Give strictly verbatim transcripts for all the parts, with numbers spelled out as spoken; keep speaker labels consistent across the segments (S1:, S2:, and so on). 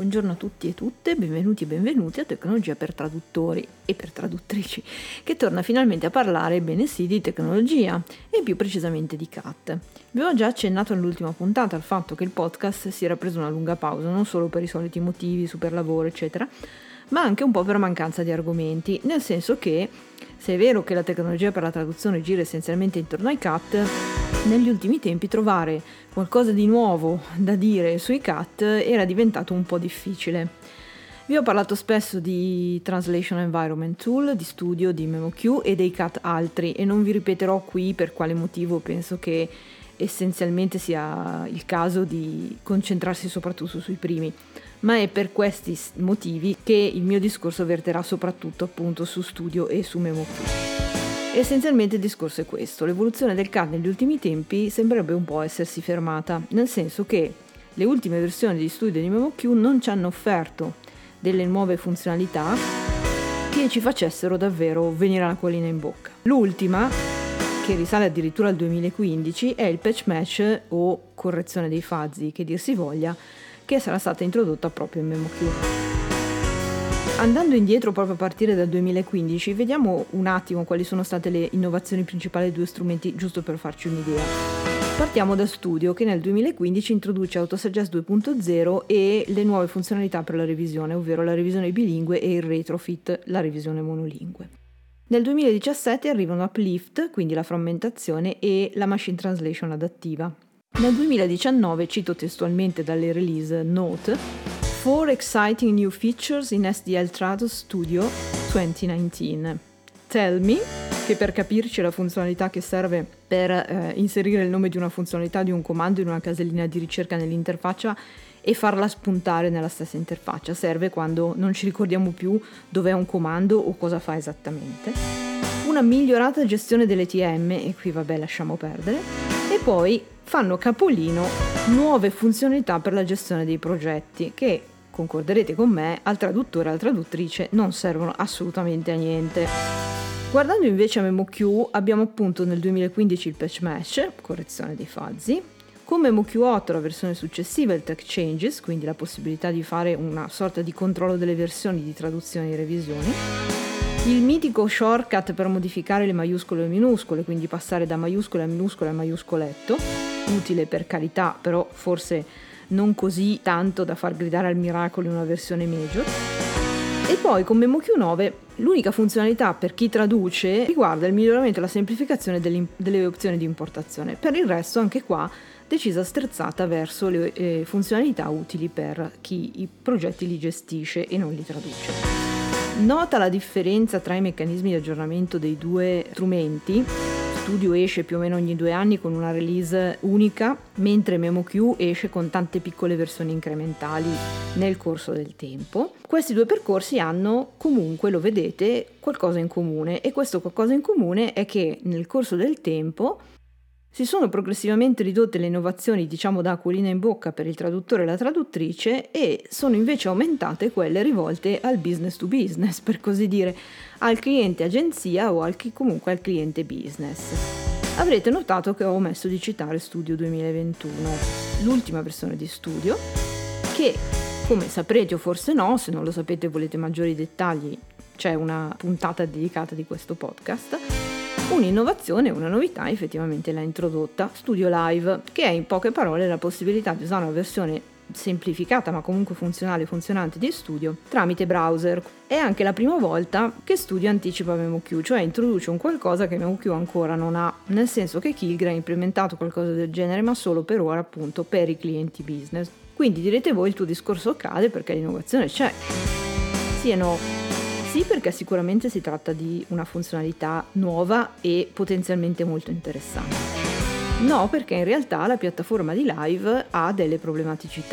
S1: buongiorno a tutti e tutte, benvenuti e benvenuti a Tecnologia per traduttori e per traduttrici, che torna finalmente a parlare, bene sì, di tecnologia e più precisamente di C A T. Vi avevo già accennato nell'ultima puntata al fatto che il podcast si era preso una lunga pausa, non solo per i soliti motivi, super lavoro, eccetera, ma anche un po' per mancanza di argomenti, nel senso che, se è vero che la tecnologia per la traduzione gira essenzialmente intorno ai C A T, negli ultimi tempi trovare qualcosa di nuovo da dire sui C A T era diventato un po' difficile. Vi ho parlato spesso di Translation Environment Tool, di Studio, di MemoQ e dei C A T altri, e non vi ripeterò qui per quale motivo. Penso che essenzialmente sia il caso di concentrarsi soprattutto sui primi, ma è per questi motivi che il mio discorso verterà soprattutto appunto su Studio e su MemoQ. Essenzialmente il discorso è questo: l'evoluzione del C A T negli ultimi tempi sembrerebbe un po' essersi fermata, nel senso che le ultime versioni di Studio e di MemoQ non ci hanno offerto delle nuove funzionalità che ci facessero davvero venire la collina in bocca. L'ultima, che risale addirittura al duemilaquindici, è il patch match o correzione dei fuzzy, che dir si voglia, che sarà stata introdotta proprio in MemoQ. Andando indietro proprio a partire dal duemilaquindici, vediamo un attimo quali sono state le innovazioni principali dei due strumenti, giusto per farci un'idea. Partiamo da Studio, che nel duemilaquindici introduce Autosuggest due punto zero e le nuove funzionalità per la revisione, ovvero la revisione bilingue e il retrofit, la revisione monolingue. Nel duemiladiciassette arrivano Uplift, quindi la frammentazione, e la machine translation adattiva. Nel duemiladiciannove, cito testualmente dalle release note, Four exciting new features in S D L Trados Studio duemiladiciannove. Tell me, che per capirci è la funzionalità che serve per eh, inserire il nome di una funzionalità di un comando in una casellina di ricerca nell'interfaccia e farla spuntare nella stessa interfaccia. Serve quando non ci ricordiamo più dov'è un comando o cosa fa esattamente. Una migliorata gestione delle T M, e qui vabbè lasciamo perdere, e poi fanno capolino nuove funzionalità per la gestione dei progetti che, concorderete con me, al traduttore e alla traduttrice non servono assolutamente a niente. Guardando invece a MemoQ, abbiamo appunto nel duemilaquindici il patch match, correzione dei fuzzy, con MemoQ otto, la versione successiva, il track changes, quindi la possibilità di fare una sorta di controllo delle versioni di traduzione e revisioni, il mitico shortcut per modificare le maiuscole e le minuscole, quindi passare da maiuscole a minuscole a maiuscoletto, utile per carità, però forse non così tanto da far gridare al miracolo in una versione major. E poi con MemoQ nove l'unica funzionalità per chi traduce riguarda il miglioramento e la semplificazione delle, delle opzioni di importazione. Per il resto anche qua decisa sterzata verso le eh, funzionalità utili per chi i progetti li gestisce e non li traduce. Nota la differenza tra i meccanismi di aggiornamento dei due strumenti. Studio esce più o meno ogni due anni con una release unica, mentre MemoQ esce con tante piccole versioni incrementali nel corso del tempo. Questi due percorsi hanno comunque, lo vedete, qualcosa in comune, e questo qualcosa in comune è che nel corso del tempo si sono progressivamente ridotte le innovazioni, diciamo da acquolina in bocca per il traduttore e la traduttrice, e sono invece aumentate quelle rivolte al business to business, per così dire, al cliente agenzia o al, comunque al cliente business. Avrete notato che ho omesso di citare Studio duemilaventuno, l'ultima versione di Studio, che, come saprete o forse no, se non lo sapete e volete maggiori dettagli, c'è una puntata dedicata di questo podcast. Un'innovazione, una novità effettivamente l'ha introdotta Studio Live, che è in poche parole la possibilità di usare una versione semplificata ma comunque funzionale e funzionante di Studio tramite browser. È anche la prima volta che Studio anticipa MemoQ, cioè introduce un qualcosa che MemoQ ancora non ha, nel senso che Kilgra ha implementato qualcosa del genere ma solo per ora, appunto per i clienti business. Quindi direte voi, il tuo discorso cade perché l'innovazione c'è. Sì e no. Sì, perché sicuramente si tratta di una funzionalità nuova e potenzialmente molto interessante. No, perché in realtà la piattaforma di Live ha delle problematicità.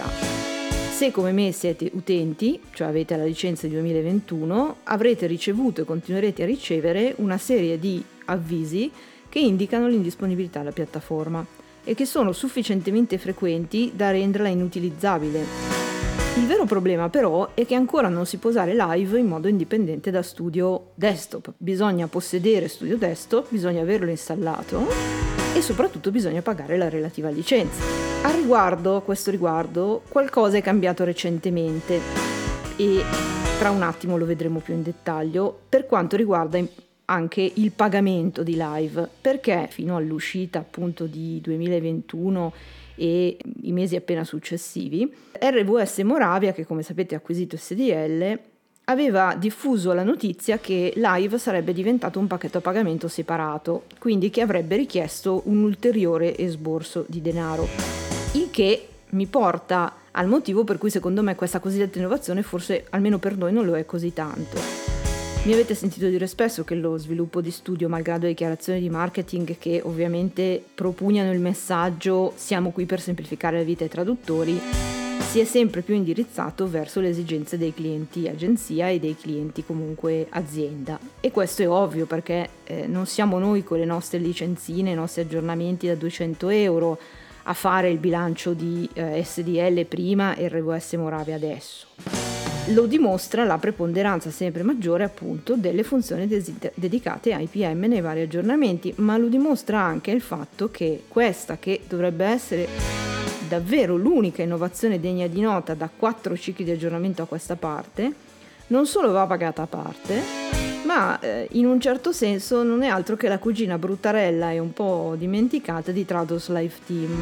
S1: Se come me siete utenti, cioè avete la licenza di duemilaventuno, avrete ricevuto e continuerete a ricevere una serie di avvisi che indicano l'indisponibilità della piattaforma e che sono sufficientemente frequenti da renderla inutilizzabile. Il vero problema però è che ancora non si può usare Live in modo indipendente da Studio Desktop. Bisogna possedere Studio Desktop, bisogna averlo installato e soprattutto bisogna pagare la relativa licenza. Al riguardo, a questo riguardo, qualcosa è cambiato recentemente e tra un attimo lo vedremo più in dettaglio per quanto riguarda anche il pagamento di Live, perché fino all'uscita appunto di duemilaventuno e i mesi appena successivi, R V S Moravia, che come sapete ha acquisito S D L, aveva diffuso la notizia che Live sarebbe diventato un pacchetto a pagamento separato, quindi che avrebbe richiesto un ulteriore esborso di denaro, il che mi porta al motivo per cui secondo me questa cosiddetta innovazione forse almeno per noi non lo è così tanto. Mi avete sentito dire spesso che lo sviluppo di studio, malgrado dichiarazioni di marketing che ovviamente propugnano il messaggio siamo qui per semplificare la vita ai traduttori, si è sempre più indirizzato verso le esigenze dei clienti agenzia e dei clienti comunque azienda. E questo è ovvio perché eh, non siamo noi con le nostre licenzine, i nostri aggiornamenti da duecento euro a fare il bilancio di eh, S D L prima e R V S Moravia adesso. Lo dimostra la preponderanza sempre maggiore appunto delle funzioni des- dedicate ai P M nei vari aggiornamenti, ma lo dimostra anche il fatto che questa, che dovrebbe essere davvero l'unica innovazione degna di nota da quattro cicli di aggiornamento a questa parte, non solo va pagata a parte, ma eh, in un certo senso non è altro che la cugina bruttarella e un po' dimenticata di Trados Live Team,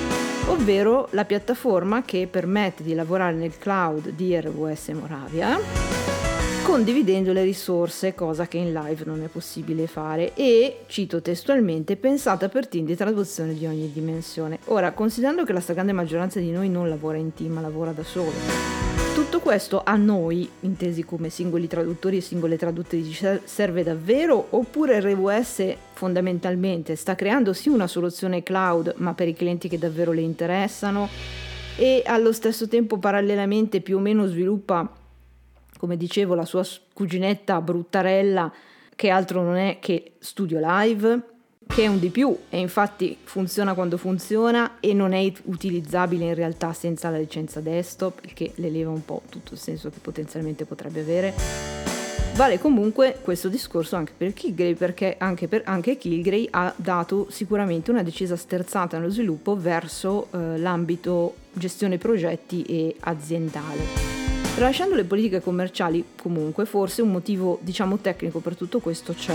S1: ovvero la piattaforma che permette di lavorare nel cloud di R V S Moravia condividendo le risorse, cosa che in live non è possibile fare, e, cito testualmente, pensata per team di traduzione di ogni dimensione. Ora, considerando che la stragrande maggioranza di noi non lavora in team, ma lavora da solo, tutto questo a noi, intesi come singoli traduttori e singole traduttrici, serve davvero? Oppure R V S fondamentalmente sta creando sì una soluzione cloud, ma per i clienti che davvero le interessano, e allo stesso tempo parallelamente più o meno sviluppa, come dicevo, la sua cuginetta bruttarella, che altro non è che Studio Live, che è un di più e infatti funziona quando funziona e non è utilizzabile in realtà senza la licenza desktop, il che le leva un po' tutto il senso che potenzialmente potrebbe avere. Vale comunque questo discorso anche per Kilgrave, perché anche, per, anche Kilgrave ha dato sicuramente una decisa sterzata nello sviluppo verso eh, l'ambito gestione progetti e aziendale. Tralasciando le politiche commerciali, comunque, forse un motivo, diciamo, tecnico per tutto questo c'è.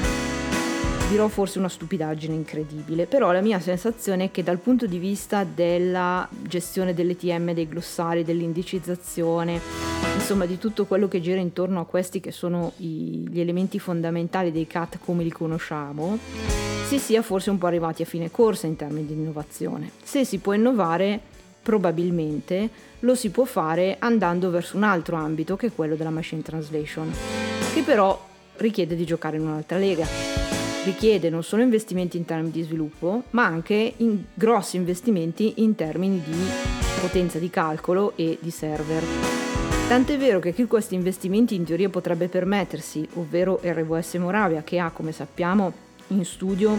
S1: Dirò forse una stupidaggine incredibile, però la mia sensazione è che dal punto di vista della gestione dell'E T M, dei glossari, dell'indicizzazione, insomma di tutto quello che gira intorno a questi che sono i, gli elementi fondamentali dei C A T come li conosciamo, si sia forse un po' arrivati a fine corsa in termini di innovazione. Se si può innovare, probabilmente lo si può fare andando verso un altro ambito che è quello della machine translation, che però richiede di giocare in un'altra lega. Richiede non solo investimenti in termini di sviluppo, ma anche in grossi investimenti in termini di potenza di calcolo e di server. Tant'è vero che chi questi investimenti in teoria potrebbe permettersi, ovvero R V S Moravia, che ha, come sappiamo, in studio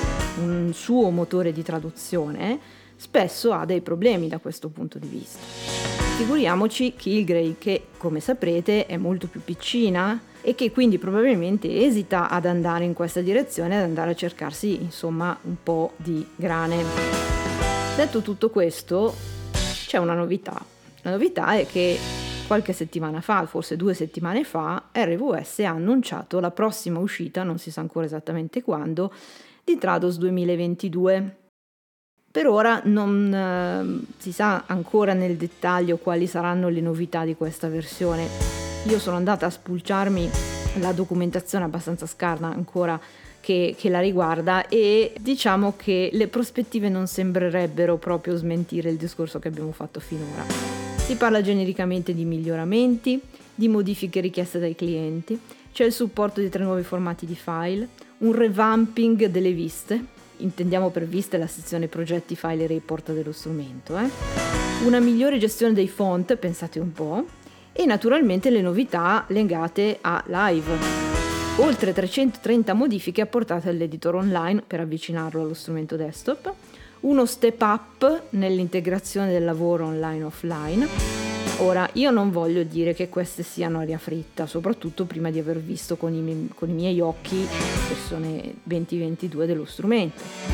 S1: un suo motore di traduzione, spesso ha dei problemi da questo punto di vista. Figuriamoci Kilgrave, che come saprete è molto più piccina e che quindi probabilmente esita ad andare in questa direzione, ad andare a cercarsi insomma un po' di grane. Detto tutto questo, c'è una novità. La novità è che qualche settimana fa, forse due settimane fa, R V S ha annunciato la prossima uscita, non si sa ancora esattamente quando, di Trados duemilaventidue. Per ora non eh, si sa ancora nel dettaglio quali saranno le novità di questa versione. Io sono andata a spulciarmi la documentazione abbastanza scarna ancora che, che la riguarda e diciamo che le prospettive non sembrerebbero proprio smentire il discorso che abbiamo fatto finora. Si parla genericamente di miglioramenti, di modifiche richieste dai clienti, c'è il supporto di tre nuovi formati di file, un revamping delle viste. Intendiamo per viste la sezione progetti, file e report dello strumento, eh? Una migliore gestione dei font, pensate un po', e naturalmente le novità legate a Live. Oltre trecentotrenta modifiche apportate all'editor online per avvicinarlo allo strumento desktop, uno step up nell'integrazione del lavoro online offline. Ora, io non voglio dire che queste siano aria fritta, soprattutto prima di aver visto con i, mie, con i miei occhi versione duemilaventidue dello strumento.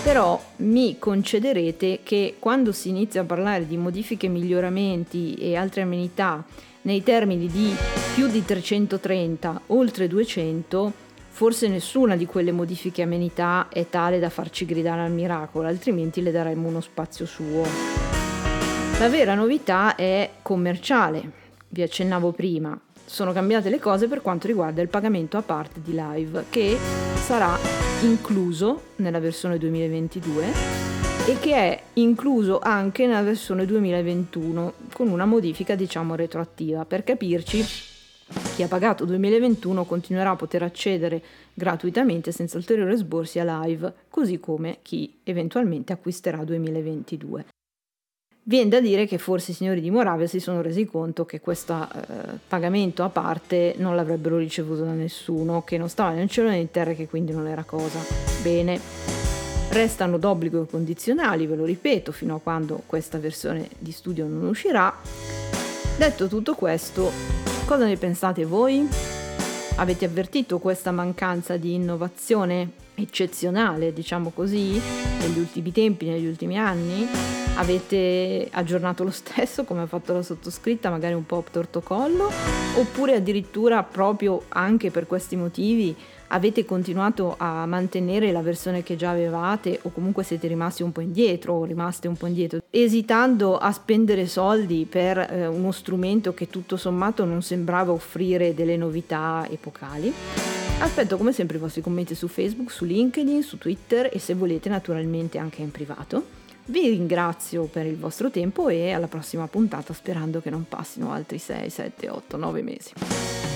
S1: Però mi concederete che quando si inizia a parlare di modifiche, miglioramenti e altre amenità nei termini di più di trecentotrenta, oltre duecento, forse nessuna di quelle modifiche amenità è tale da farci gridare al miracolo, altrimenti le daremmo uno spazio suo. La vera novità è commerciale, vi accennavo prima. Sono cambiate le cose per quanto riguarda il pagamento a parte di Live, che sarà incluso nella versione duemilaventidue e che è incluso anche nella versione duemilaventuno con una modifica, diciamo, retroattiva. Per capirci, chi ha pagato duemilaventuno continuerà a poter accedere gratuitamente senza ulteriori esborsi a Live, così come chi eventualmente acquisterà duemilaventidue. Viene da dire che forse i signori di Moravia si sono resi conto che questo eh, pagamento a parte non l'avrebbero ricevuto da nessuno, che non stava nel cielo né in terra e che quindi non era cosa. Bene, restano d'obbligo i condizionali, ve lo ripeto, fino a quando questa versione di studio non uscirà. Detto tutto questo, cosa ne pensate voi? Avete avvertito questa mancanza di innovazione eccezionale, diciamo così, negli ultimi tempi, negli ultimi anni? Avete aggiornato lo stesso, come ha fatto la sottoscritta, magari un po' tortocollo? Oppure addirittura proprio anche per questi motivi avete continuato a mantenere la versione che già avevate, o comunque siete rimasti un po' indietro o rimaste un po' indietro, esitando a spendere soldi per eh, uno strumento che tutto sommato non sembrava offrire delle novità epocali? Aspetto come sempre i vostri commenti su Facebook, su LinkedIn, su Twitter e se volete naturalmente anche in privato. Vi ringrazio per il vostro tempo e alla prossima puntata, sperando che non passino altri sei, sette, otto, nove mesi.